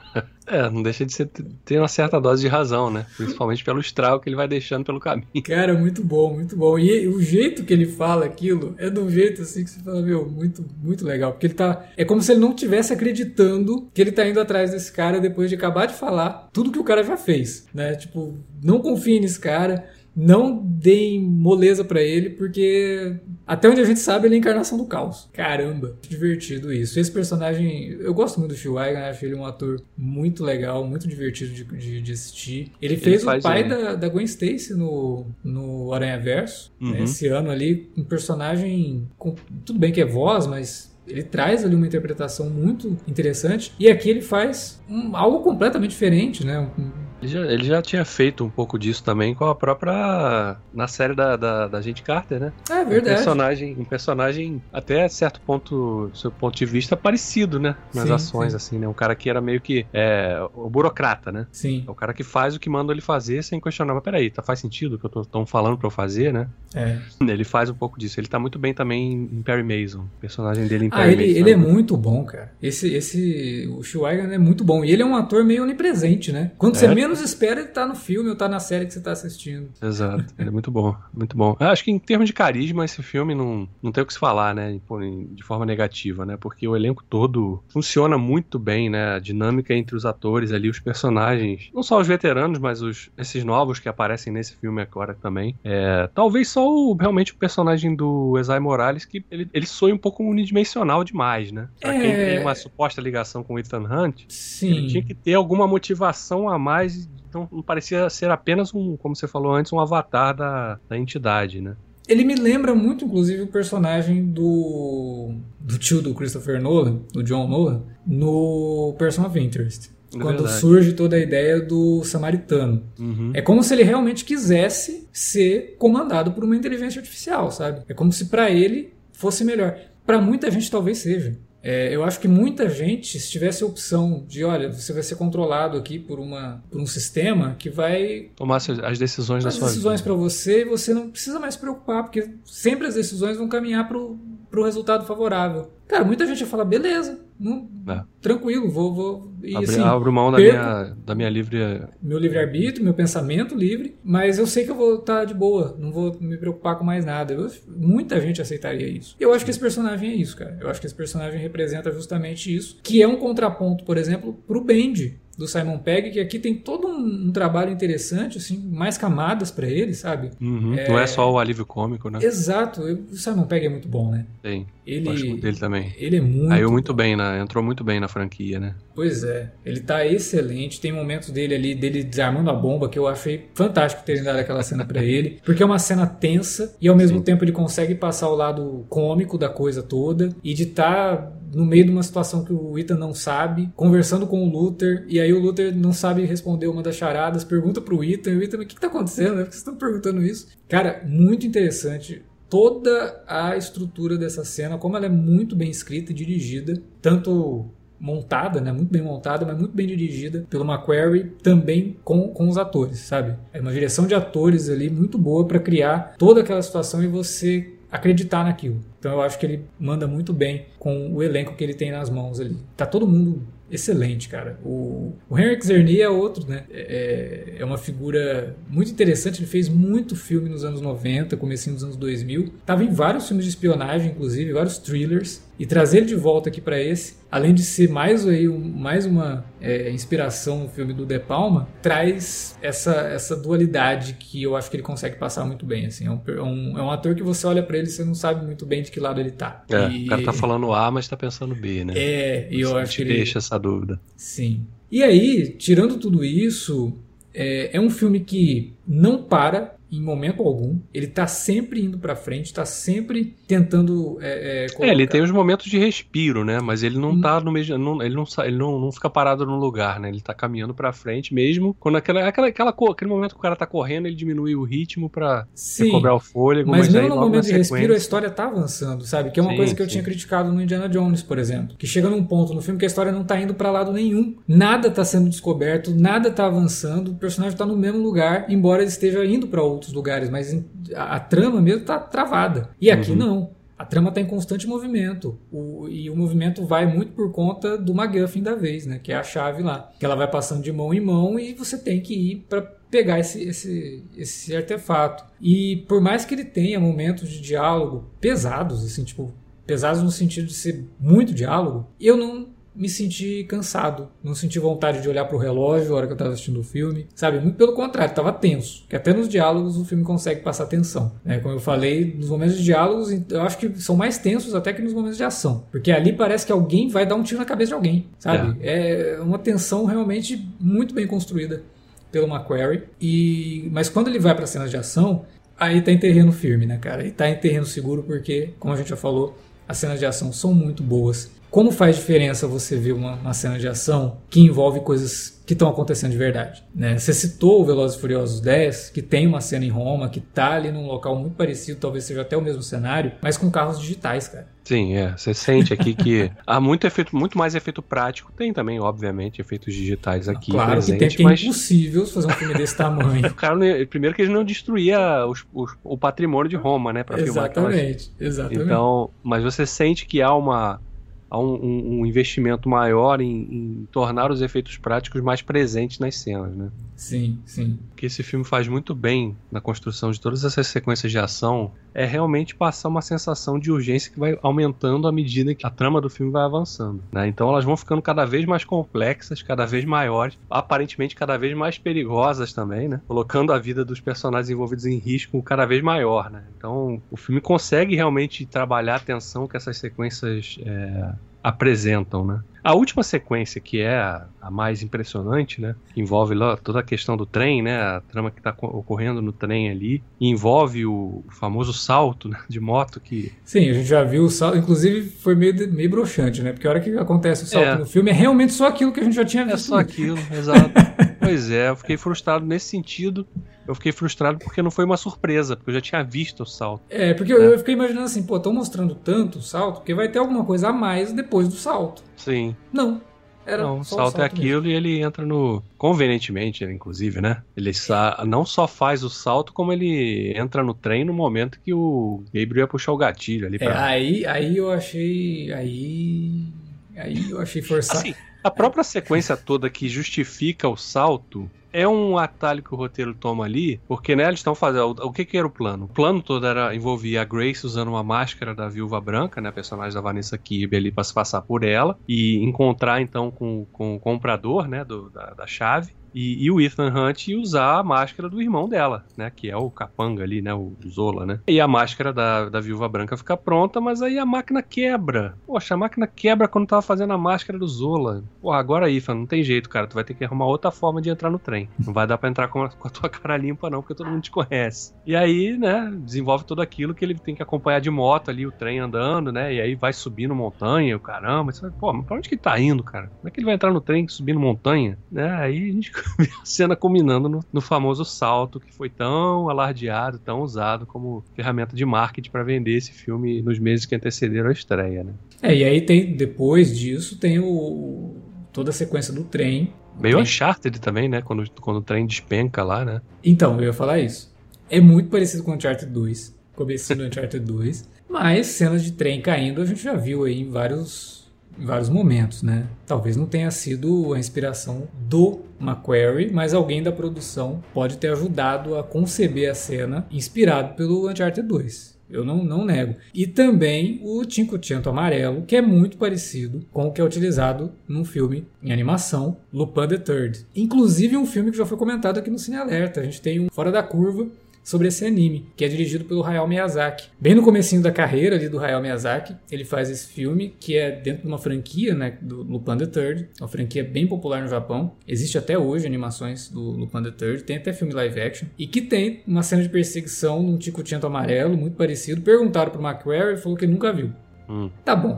Não deixa de ter uma certa dose de razão, né? Principalmente pelo estrago que ele vai deixando pelo caminho. Cara, muito bom, muito bom. E o jeito que ele fala aquilo é de um jeito assim que você fala, meu, muito, muito legal. Porque ele tá... É como se ele não estivesse acreditando que ele tá indo atrás desse cara depois de acabar de falar tudo que o cara já fez, né? Tipo, não confiem nesse cara, não deem moleza pra ele, porque até onde a gente sabe ele é a encarnação do caos. Caramba, divertido isso. Esse personagem, eu gosto muito do Phil Wigand, acho ele um ator muito legal, muito divertido de assistir. Ele fez o pai da Gwen Stacy no Aranhaverso, né, esse ano ali, um personagem, tudo bem que é voz, mas... Ele traz ali uma interpretação muito interessante. E aqui ele faz algo completamente diferente, né? Ele já tinha feito um pouco disso também com a própria... Na série da Agente Carter, né? É verdade. Um personagem até certo ponto, do seu ponto de vista, parecido, né? Nas ações, sim. Assim, né? Um cara que era meio que o burocrata, né? Sim. É o cara que faz o que manda ele fazer sem questionar. Mas peraí, faz sentido o que eu tô falando pra eu fazer, né? Ele faz um pouco disso. Ele tá muito bem também em Perry Mason. O personagem dele em Perry Mason. Ele é muito bom, cara. O Phil Wigand é muito bom. E ele é um ator meio onipresente, né? Quando você menos espera, ele tá no filme ou tá na série que você tá assistindo. Exato. Ele é muito bom. Muito bom. Eu acho que em termos de carisma, esse filme não tem o que se falar, né? De forma negativa, né? Porque o elenco todo funciona muito bem, né? A dinâmica entre os atores ali, os personagens. Não só os veteranos, mas esses novos que aparecem nesse filme agora também. Talvez só realmente o personagem do Esai Morales, que ele soa um pouco unidimensional demais, né? Pra quem tem uma suposta ligação com o Ethan Hunt, sim. Ele tinha que ter alguma motivação a mais. Então não parecia ser apenas como você falou antes, um avatar da entidade, né? Ele me lembra muito, inclusive, o personagem do tio do Christopher Nolan, do John Nolan, no Person of Interest. Quando surge toda a ideia do samaritano. É como se ele realmente quisesse ser comandado por uma inteligência artificial, sabe? É como se pra ele fosse melhor. Pra muita gente talvez seja. Eu acho que muita gente, se tivesse a opção de, olha, você vai ser controlado aqui por um sistema que vai tomar as decisões da sua vida. As decisões para você, e você não precisa mais se preocupar, porque sempre as decisões vão caminhar pro resultado favorável. Cara, muita gente vai falar, beleza, tranquilo, vou e, assim, abro mão da minha livre... Meu livre-arbítrio, meu pensamento livre, mas eu sei que eu vou estar de boa, não vou me preocupar com mais nada. Muita gente aceitaria isso. Eu acho que esse personagem é isso, cara. Eu acho que esse personagem representa justamente isso, que é um contraponto, por exemplo, pro Bendy, do Simon Pegg, que aqui tem todo um trabalho interessante, assim, mais camadas pra ele, sabe? Não é só o alívio cômico, né? Exato. O Simon Pegg é muito bom, né? Tem. Eu gosto muito dele também. Ele é muito... Caiu muito bem, entrou muito bem na franquia, né? Pois é. Ele tá excelente. Tem momentos dele desarmando a bomba, que eu achei fantástico terem dado aquela cena pra ele, porque é uma cena tensa e ao mesmo tempo ele consegue passar o lado cômico da coisa toda e de estar no meio de uma situação que o Ethan não sabe, conversando com o Luther, e aí o Luther não sabe responder uma das charadas, pergunta pro Ethan, e o Ethan, o que tá acontecendo? Por que vocês estão perguntando isso? Cara, muito interessante. Toda a estrutura dessa cena, como ela é muito bem escrita e dirigida, tanto montada, né, muito bem montada, mas muito bem dirigida pelo McQuarrie, também com os atores, sabe? É uma direção de atores ali muito boa para criar toda aquela situação e você acreditar naquilo. Então eu acho que ele manda muito bem com o elenco que ele tem nas mãos ali. Tá todo mundo excelente, cara. O Henrik Czerny é outro, né? É uma figura muito interessante. Ele fez muito filme nos anos 90, comecinho dos anos 2000. Tava em vários filmes de espionagem, inclusive, vários thrillers. E trazer ele de volta aqui pra esse, além de ser mais uma inspiração no filme do De Palma, traz essa dualidade que eu acho que ele consegue passar muito bem. Assim. É um ator que você olha pra ele e você não sabe muito bem de que lado ele tá. O cara tá falando A, mas tá pensando B, né? E eu acho que ele deixa essa dúvida. Sim. E aí, tirando tudo isso, é um filme que não para em momento algum. Ele tá sempre indo pra frente, tá sempre tentando colocar... ele tem os momentos de respiro, né? Mas ele não tá no mesmo... Ele não fica parado no lugar, né? Ele tá caminhando pra frente mesmo. Quando aquele momento que o cara tá correndo, ele diminui o ritmo pra recobrar o fôlego. Mas mesmo no momento de respiro, a história tá avançando, sabe? Que é uma coisa que eu tinha criticado no Indiana Jones, por exemplo. Que chega num ponto no filme que a história não tá indo pra lado nenhum. Nada tá sendo descoberto, nada tá avançando. O personagem tá no mesmo lugar, embora ele esteja indo pra outros lugares, mas a trama mesmo tá travada. E aqui não. A trama está em constante movimento. E o movimento vai muito por conta do MacGuffin da vez, né? Que é a chave lá. Que ela vai passando de mão em mão e você tem que ir para pegar esse artefato. E por mais que ele tenha momentos de diálogo pesados, assim, tipo, pesados no sentido de ser muito diálogo, eu não me senti cansado, não senti vontade de olhar pro relógio na hora que eu tava assistindo o filme, sabe? Muito pelo contrário, tava tenso, que até nos diálogos o filme consegue passar tensão, né? Como eu falei, nos momentos de diálogos, eu acho que são mais tensos até que nos momentos de ação, porque ali parece que alguém vai dar um tiro na cabeça de alguém, sabe? É uma tensão realmente muito bem construída pelo McQuarrie, mas quando ele vai pra cenas de ação, aí tá em terreno firme, né, cara? E tá em terreno seguro porque, como a gente já falou, as cenas de ação são muito boas. Como faz diferença você ver uma cena de ação que envolve coisas que estão acontecendo de verdade, né? Você citou o Velozes e Furiosos 10, que tem uma cena em Roma, que tá ali num local muito parecido, talvez seja até o mesmo cenário, mas com carros digitais, cara. Sim, você sente aqui que há muito mais efeito prático. Tem também, obviamente, efeitos digitais aqui. Claro presente, que tem, porque é impossível fazer um filme desse tamanho. O cara, primeiro que ele não destruía o patrimônio de Roma, né? Pra filmar aquelas... Exatamente. Então, mas você sente que há um investimento maior em tornar os efeitos práticos mais presentes nas cenas, né? Sim. O que esse filme faz muito bem na construção de todas essas sequências de ação é realmente passar uma sensação de urgência que vai aumentando à medida que a trama do filme vai avançando, né? Então elas vão ficando cada vez mais complexas, cada vez maiores, aparentemente cada vez mais perigosas também, né? Colocando a vida dos personagens envolvidos em risco cada vez maior, né? Então o filme consegue realmente trabalhar a tensão que essas sequências apresentam, né? A última sequência, que é a mais impressionante, né? Que envolve lá toda a questão do trem, né? A trama que está ocorrendo no trem ali. E envolve o famoso salto, né, de moto que... Sim, a gente já viu o salto. Inclusive, foi meio broxante, né? Porque a hora que acontece o salto no filme é realmente só aquilo que a gente já tinha visto. É só aquilo, exato. Pois é, eu fiquei frustrado nesse sentido. Eu fiquei frustrado porque não foi uma surpresa, porque eu já tinha visto o salto. Porque eu fiquei imaginando assim, estão mostrando tanto o salto, que vai ter alguma coisa a mais depois do salto. Sim. Não. O salto é aquilo mesmo. E ele entra convenientemente, inclusive, né? Ele não só faz o salto, como ele entra no trem no momento que o Gabriel ia puxar o gatilho ali pra... Aí eu achei... Aí eu achei forçado. Assim, a própria sequência toda que justifica o salto é um atalho que o roteiro toma ali, porque, né, eles estão fazendo... O que era o plano? O plano todo envolvia a Grace usando uma máscara da Viúva Branca, né, a personagem da Vanessa Kirby ali, para se passar por ela, e encontrar, então, com o comprador, né, da chave, e o Ethan Hunt usar a máscara do irmão dela, né? Que é o capanga ali, né? O Zola, né? E a máscara da Viúva Branca fica pronta, mas aí a máquina quebra. Poxa, a máquina quebra quando tava fazendo a máscara do Zola. Porra, agora Ethan, não tem jeito, cara. Tu vai ter que arrumar outra forma de entrar no trem. Não vai dar pra entrar com a tua cara limpa, não, porque todo mundo te conhece. E aí, né? Desenvolve tudo aquilo que ele tem que acompanhar de moto ali, o trem andando, né? E aí vai subindo montanha, o caramba. Você vai, pô, mas pra onde que ele tá indo, cara? Como é que ele vai entrar no trem subindo montanha? Né? Aí a gente a cena culminando no famoso salto que foi tão alardeado, tão usado como ferramenta de marketing para vender esse filme nos meses que antecederam a estreia, né? E aí depois disso tem toda a sequência do trem. Meio Uncharted também, né? Quando o trem despenca lá, né? Então, eu ia falar isso. É muito parecido com o Uncharted 2, comecinho do Uncharted 2, mas cenas de trem caindo a gente já viu aí em vários momentos, né? Talvez não tenha sido a inspiração do McQuarrie, mas alguém da produção pode ter ajudado a conceber a cena inspirado pelo Uncharted 2. Eu não nego. E também o Cinquecento Amarelo, que é muito parecido com o que é utilizado num filme em animação, Lupin the Third. Inclusive um filme que já foi comentado aqui no Cine Alerta. A gente tem um Fora da Curva sobre esse anime, que é dirigido pelo Hayao Miyazaki. Bem no comecinho da carreira ali do Hayao Miyazaki, ele faz esse filme que é dentro de uma franquia, né, do Lupin the Third, uma franquia bem popular no Japão. Existe até hoje animações do Lupin the Third, tem até filme live action, e que tem uma cena de perseguição num Cinquecento Amarelo, muito parecido. Perguntaram pro McQuarrie e falou que ele nunca viu. Tá bom.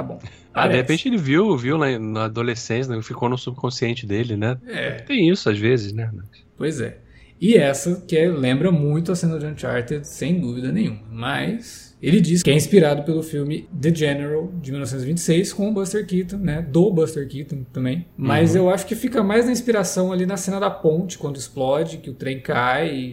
De repente ele viu na adolescência, né, ficou no subconsciente dele, né? Tem isso às vezes, né? Pois é. E essa que lembra muito a cena de Uncharted, sem dúvida nenhuma. Mas ele diz que é inspirado pelo filme The General, de 1926, com o Buster Keaton, né? Do Buster Keaton também. Mas eu acho que fica mais na inspiração ali na cena da ponte, quando explode, que o trem cai e...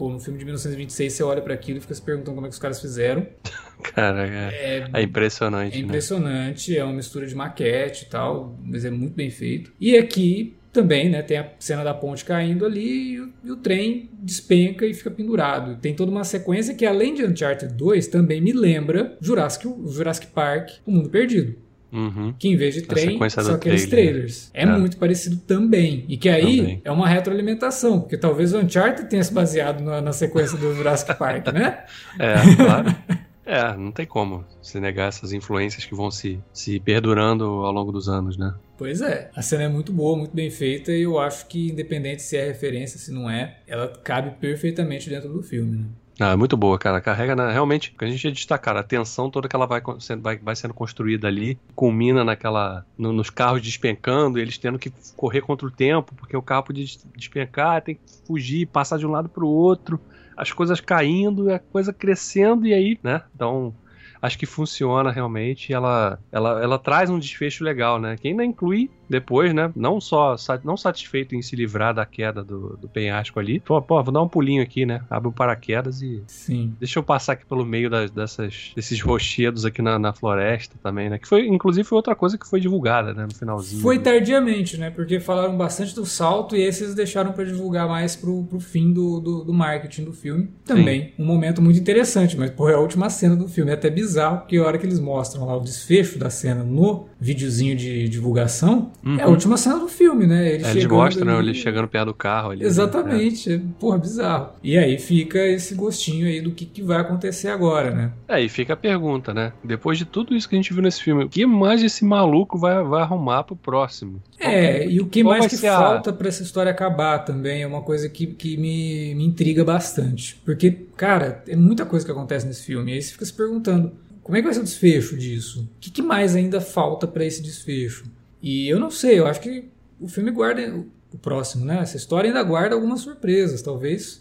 Pô, no filme de 1926 você olha pra aquilo e fica se perguntando como é que os caras fizeram. Cara, é impressionante. É impressionante, é uma mistura de maquete e tal, mas é muito bem feito. E aqui também, né, tem a cena da ponte caindo ali e o trem despenca e fica pendurado. Tem toda uma sequência que, além de Uncharted 2, também me lembra Jurassic Park, O Mundo Perdido. Uhum. Que em vez de trem, são aqueles trailers. É muito parecido também. E que aí é uma retroalimentação, porque talvez o Uncharted tenha se baseado na sequência do Jurassic Park, né? Claro. Não tem como se negar essas influências que vão se perdurando ao longo dos anos, né? Pois é. A cena é muito boa, muito bem feita, e eu acho que, independente se é referência, se não é, ela cabe perfeitamente dentro do filme, né? É muito boa, cara. Carrega realmente, o que a gente ia destacar, a tensão toda que ela vai sendo construída ali, culmina nos carros despencando, eles tendo que correr contra o tempo, porque o carro podia despencar, tem que fugir, passar de um lado pro outro, as coisas caindo, a coisa crescendo, e aí, né? Então, acho que funciona realmente, ela traz um desfecho legal, né? Que ainda inclui depois, né? Não satisfeito em se livrar da queda do penhasco ali. Pô, vou dar um pulinho aqui, né? Abre o paraquedas e... Sim. Deixa eu passar aqui pelo meio desses rochedos aqui na floresta também, né? Que inclusive foi outra coisa que foi divulgada, né? No finalzinho. Foi tardiamente, né? Porque falaram bastante do salto e esses deixaram pra divulgar mais pro fim do marketing do filme. Também. Sim. Um momento muito interessante, mas, pô, é a última cena do filme. É até bizarro, porque a hora que eles mostram lá o desfecho da cena no videozinho de divulgação, é a última cena do filme, né? Eles mostram ele chegando perto do carro ali. Exatamente. Né? Porra, bizarro. E aí fica esse gostinho aí do que vai acontecer agora, né? E fica a pergunta, né? Depois de tudo isso que a gente viu nesse filme, o que mais esse maluco vai arrumar pro próximo? E o que mais que falta pra essa história acabar também é uma coisa que me intriga bastante. Porque, cara, é muita coisa que acontece nesse filme. E aí você fica se perguntando, como é que vai ser o desfecho disso? O que mais ainda falta pra esse desfecho? E eu não sei, eu acho que o filme guarda, o próximo, né? Essa história ainda guarda algumas surpresas, talvez.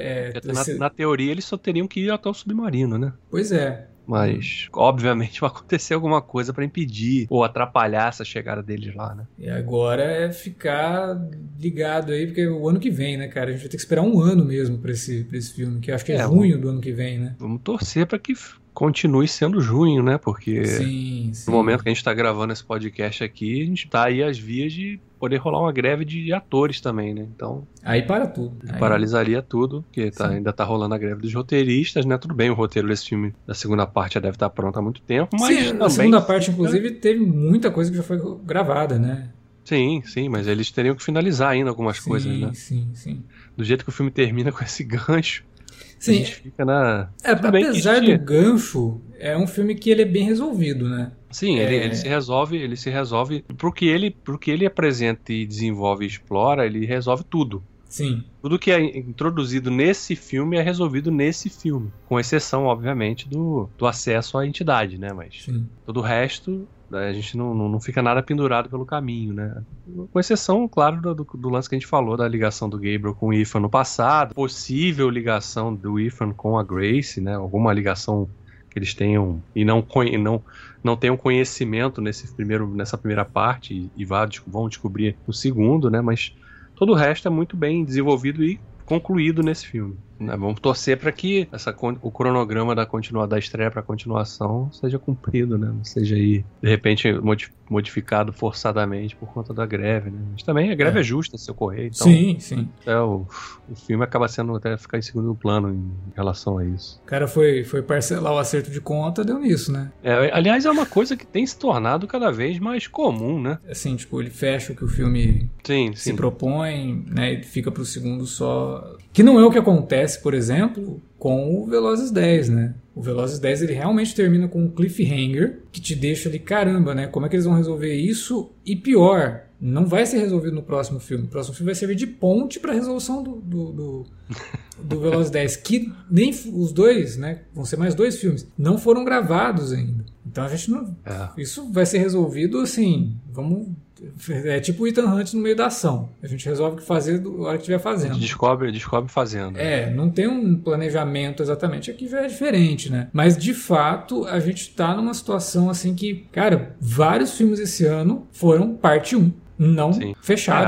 Na teoria, eles só teriam que ir até o submarino, né? Pois é. Mas, obviamente, vai acontecer alguma coisa pra impedir ou atrapalhar essa chegada deles lá, né? E agora é ficar ligado aí, porque é o ano que vem, né, cara? A gente vai ter que esperar um ano mesmo pra esse filme, que eu acho que é junho do ano que vem, né? Vamos torcer pra que continue sendo junho, né? Porque sim. No momento que a gente tá gravando esse podcast aqui, a gente tá aí às vias de poder rolar uma greve de atores também, né? Então... Aí para tudo. Paralisaria tudo, porque ainda tá rolando a greve dos roteiristas, né? Tudo bem, o roteiro desse filme da segunda parte já deve estar pronto há muito tempo, mas sim, também... A segunda parte, inclusive, teve muita coisa que já foi gravada, né? Sim, mas eles teriam que finalizar ainda algumas coisas, né? Sim. Do jeito que o filme termina com esse gancho, sim. A gente fica na... apesar do gancho, é um filme que ele é bem resolvido, né? Sim, ele se resolve pro que ele apresenta e desenvolve e explora, ele resolve tudo. Sim. Tudo que é introduzido nesse filme é resolvido nesse filme, com exceção, obviamente, do acesso à entidade, né? Mas todo o resto, a gente não fica nada pendurado pelo caminho, né? Com exceção, claro, do lance que a gente falou, da ligação do Gabriel com o Ethan no passado, possível ligação do Ethan com a Grace, né? Alguma ligação que eles tenham e não tenham conhecimento nessa primeira parte e vão descobrir no segundo, né? Mas todo o resto é muito bem desenvolvido e concluído nesse filme, né? Vamos torcer para que o cronograma da estreia para a continuação seja cumprido, né? Não seja aí, de repente, modificado forçadamente por conta da greve, né? Mas também a greve é justa se ocorrer, então... Sim. O filme acaba sendo até ficar em segundo plano em relação a isso. O cara foi parcelar o acerto de conta, deu nisso, né? Aliás, é uma coisa que tem se tornado cada vez mais comum, né? Assim, tipo, ele fecha o que o filme se propõe, né? E fica pro segundo só... Que não é o que acontece, por exemplo, com o Velozes 10, né? O Velozes 10, ele realmente termina com um cliffhanger que te deixa ali, caramba, né? Como é que eles vão resolver isso? E pior, não vai ser resolvido no próximo filme. O próximo filme vai servir de ponte para a resolução do Velozes 10, que nem os dois, né? Vão ser mais 2 filmes, não foram gravados ainda. Então a gente não... Isso vai ser resolvido assim, é tipo o Ethan Hunt no meio da ação. A gente resolve o que fazer na hora que estiver fazendo. A gente descobre fazendo. Não tem um planejamento exatamente. Aqui já é diferente, né? Mas, de fato, a gente tá numa situação assim que, cara, vários filmes esse ano foram parte 1. Não fecharam, né?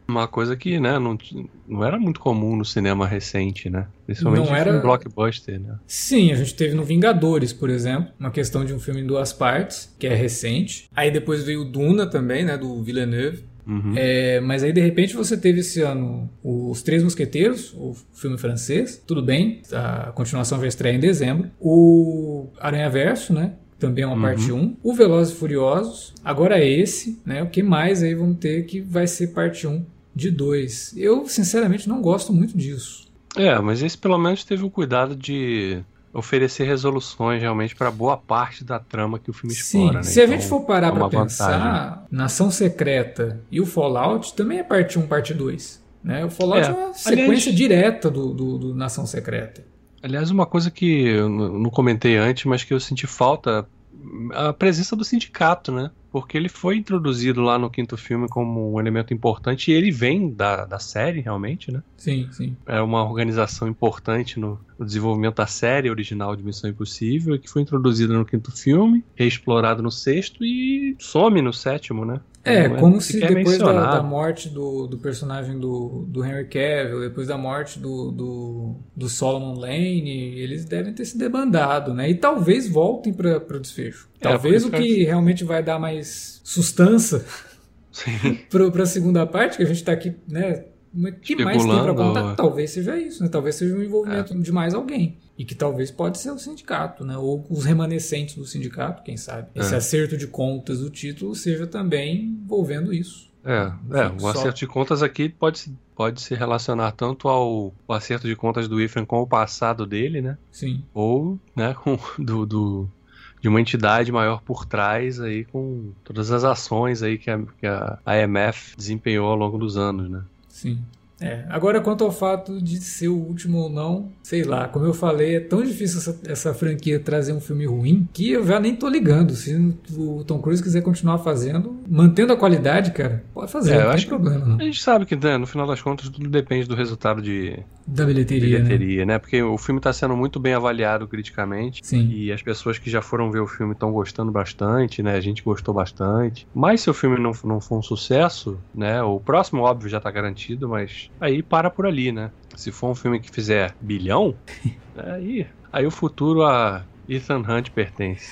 Uma coisa que, né, não era muito comum no cinema recente, né? Principalmente Não era... em blockbuster, né? Sim, a gente teve no Vingadores, por exemplo, uma questão de um filme em 2 partes, que é recente. Aí depois veio o Duna também, né, do Villeneuve. Uhum. Mas aí de repente você teve esse ano Os Três Mosqueteiros, o filme francês, tudo bem, a continuação vai estrear em dezembro. O Aranhaverso, né? Também é uma parte 1. O Velozes e Furiosos. Agora esse, né? O que mais aí vamos ter que vai ser parte 1 de 2. Eu, sinceramente, não gosto muito disso. Mas esse pelo menos teve o cuidado de oferecer resoluções realmente para boa parte da trama que o filme explora. Sim, né? se então, a gente for parar para pensar, vantagem. Nação Secreta e o Fallout também é parte 1, parte 2. Né? O Fallout é uma sequência direta do Nação Secreta. Aliás, uma coisa que eu não comentei antes, mas que eu senti falta, a presença do sindicato, né? Porque ele foi introduzido lá no 5º filme como um elemento importante e ele vem da série, realmente, né? Sim, sim. É uma organização importante no desenvolvimento da série original de Missão Impossível, que foi introduzida no 5º filme, reexplorado no 6º e some no 7º, né? Como se depois da morte do personagem do Henry Cavill, depois da morte do Solomon Lane, eles devem ter se debandado, né? E talvez voltem para o desfecho. Talvez o que realmente vai dar mais sustância para a segunda parte, que a gente está aqui, né? O que mais tem para contar? Talvez seja isso, né? Talvez seja um envolvimento de mais alguém. E que talvez pode ser o sindicato, né? Ou os remanescentes do sindicato, quem sabe. Esse acerto de contas do título seja também envolvendo isso. O acerto de contas aqui pode se relacionar tanto ao acerto de contas do Ethan com o passado dele, né? Sim. Ou, né, com de uma entidade maior por trás aí, com todas as ações aí que a IMF desempenhou ao longo dos anos, né? Sim. Agora, quanto ao fato de ser o último ou não, sei lá, como eu falei, é tão difícil essa franquia trazer um filme ruim que eu já nem tô ligando. Se o Tom Cruise quiser continuar fazendo, mantendo a qualidade, cara, pode fazer, não tem problema não. A gente sabe que, né, no final das contas, tudo depende do resultado da bilheteria, né? Porque o filme está sendo muito bem avaliado criticamente. Sim. E as pessoas que já foram ver o filme estão gostando bastante, né? A gente gostou bastante. Mas se o filme não for um sucesso, né? O próximo, óbvio, já tá garantido, mas aí para por ali, né? Se for um filme que fizer bilhão, aí o futuro a Ethan Hunt pertence.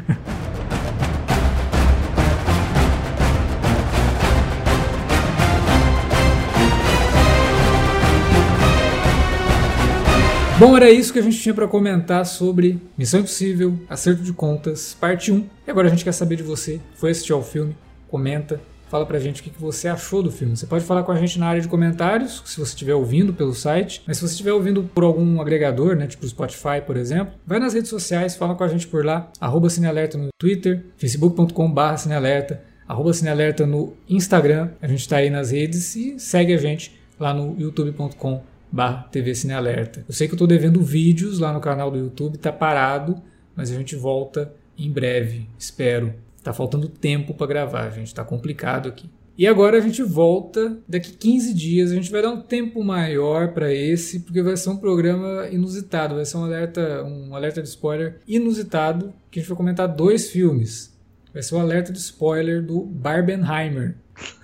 Bom, era isso que a gente tinha para comentar sobre Missão Impossível, Acerto de Contas, parte 1. E agora a gente quer saber de você. Foi assistir ao filme? Comenta. Fala pra gente o que você achou do filme. Você pode falar com a gente na área de comentários, se você estiver ouvindo pelo site. Mas se você estiver ouvindo por algum agregador, né, tipo o Spotify, por exemplo, vai nas redes sociais, fala com a gente por lá. @cinealerta no Twitter, facebook.com/cinealerta, @cinealerta no Instagram. A gente tá aí nas redes e segue a gente lá no youtube.com/TV Cinealerta. Eu sei que eu tô devendo vídeos lá no canal do YouTube, tá parado, mas a gente volta em breve, espero. Tá faltando tempo para gravar, gente, tá complicado aqui. E agora a gente volta daqui 15 dias, a gente vai dar um tempo maior para esse, porque vai ser um programa inusitado, vai ser um alerta de spoiler inusitado, que a gente vai comentar 2 filmes. Vai ser um alerta de spoiler do Barbenheimer.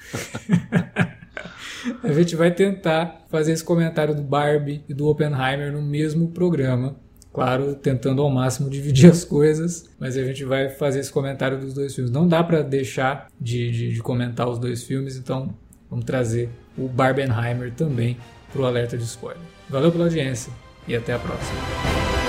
A gente vai tentar fazer esse comentário do Barbie e do Oppenheimer no mesmo programa. Claro, tentando ao máximo dividir as coisas, mas a gente vai fazer esse comentário dos 2 filmes. Não dá para deixar de comentar os 2 filmes, então vamos trazer o Barbenheimer também para o alerta de spoiler. Valeu pela audiência e até a próxima.